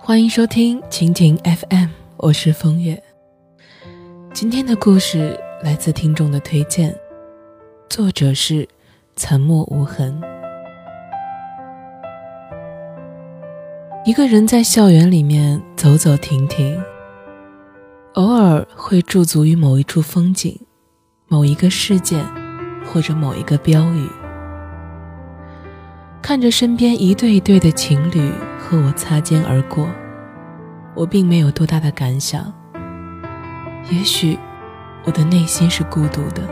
欢迎收听蜻蜓 FM， 我是风月。今天的故事来自听众的推荐，作者是沉默无痕。一个人在校园里面走走停停，偶尔会驻足于某一处风景、某一个事件或者某一个标语，看着身边一对一对的情侣和我擦肩而过，我并没有多大的感想。也许我的内心是孤独的，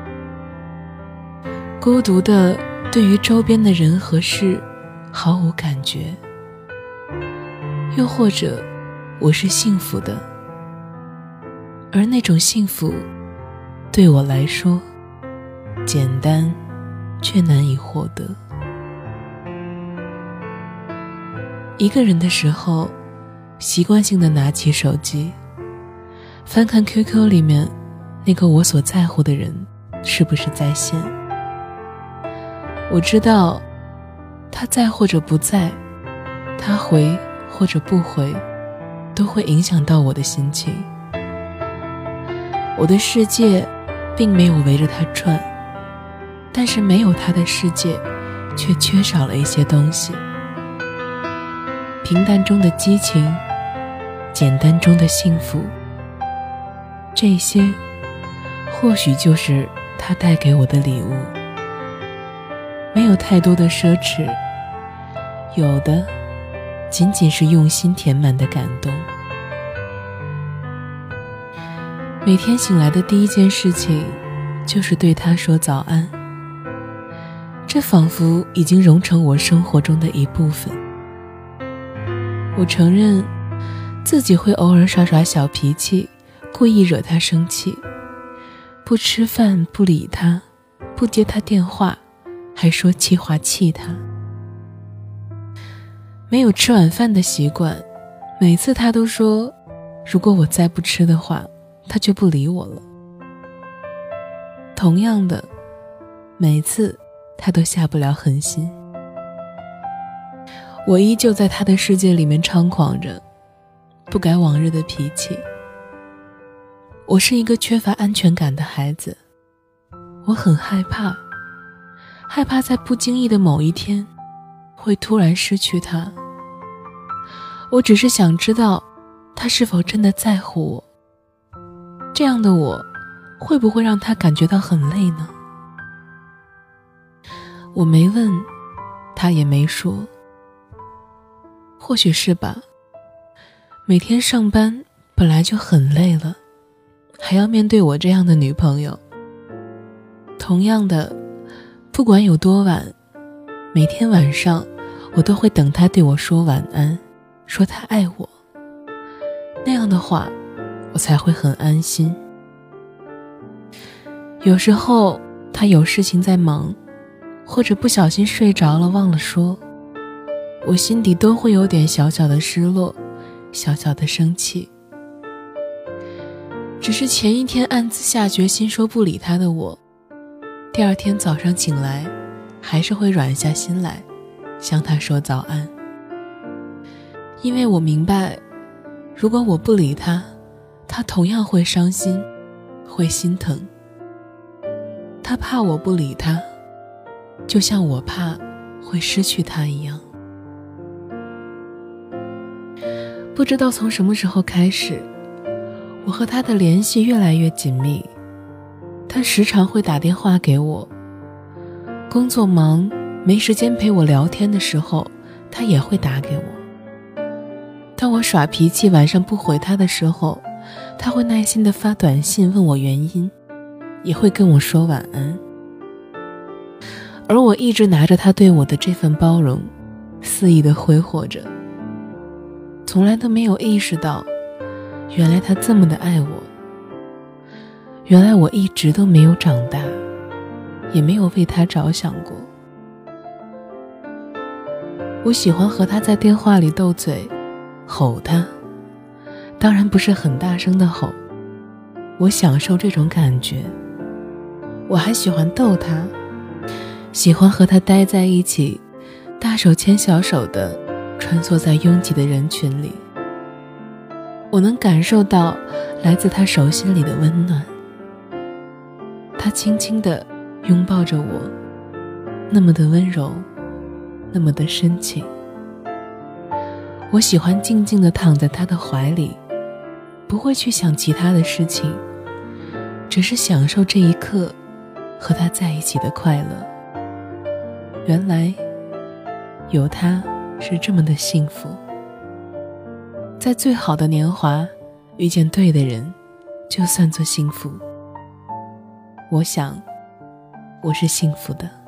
孤独的对于周边的人和事毫无感觉，又或者我是幸福的，而那种幸福对我来说简单却难以获得。一个人的时候，习惯性地拿起手机，翻看 QQ 里面那个我所在乎的人是不是在线。我知道他在或者不在，他回或者不回，都会影响到我的心情。我的世界并没有围着他转，但是没有他的世界却缺少了一些东西。平淡中的激情，简单中的幸福，这些或许就是他带给我的礼物。没有太多的奢侈，有的仅仅是用心填满的感动。每天醒来的第一件事情就是对他说早安，这仿佛已经融成我生活中的一部分。我承认自己会偶尔耍耍小脾气，故意惹他生气，不吃饭，不理他，不接他电话，还说气话气他。没有吃晚饭的习惯，每次他都说如果我再不吃的话，他就不理我了。同样的，每次他都下不了狠心。我依旧在他的世界里面猖狂着，不改往日的脾气。我是一个缺乏安全感的孩子，我很害怕在不经意的某一天会突然失去他。我只是想知道他是否真的在乎我，这样的我会不会让他感觉到很累呢？我没问，他也没说。或许是吧，每天上班本来就很累了，还要面对我这样的女朋友。同样的，不管有多晚，每天晚上我都会等他对我说晚安，说他爱我，那样的话我才会很安心。有时候他有事情在忙，或者不小心睡着了忘了说，我心底都会有点小小的失落，小小的生气。只是前一天暗自下决心说不理他的我，第二天早上醒来还是会软下心来向他说早安。因为我明白，如果我不理他，他同样会伤心，会心疼。他怕我不理他，就像我怕会失去他一样。不知道从什么时候开始，我和他的联系越来越紧密。他时常会打电话给我，工作忙没时间陪我聊天的时候，他也会打给我。当我耍脾气晚上不回他的时候，他会耐心地发短信问我原因，也会跟我说晚安。而我一直拿着他对我的这份包容，肆意地挥霍着，从来都没有意识到，原来他这么的爱我。原来我一直都没有长大，也没有为他着想过。我喜欢和他在电话里斗嘴，吼他，当然不是很大声的吼，我享受这种感觉。我还喜欢逗他，喜欢和他待在一起，大手牵小手的穿梭在拥挤的人群里。 我能感受到来自他手心里的温暖。他轻轻地拥抱着我，那么的温柔，那么的深情。我喜欢静静地躺在他的怀里，不会去想其他的事情，只是享受这一刻和他在一起的快乐。原来有他是这么的幸福。在最好的年华遇见对的人，就算作幸福。我想我是幸福的。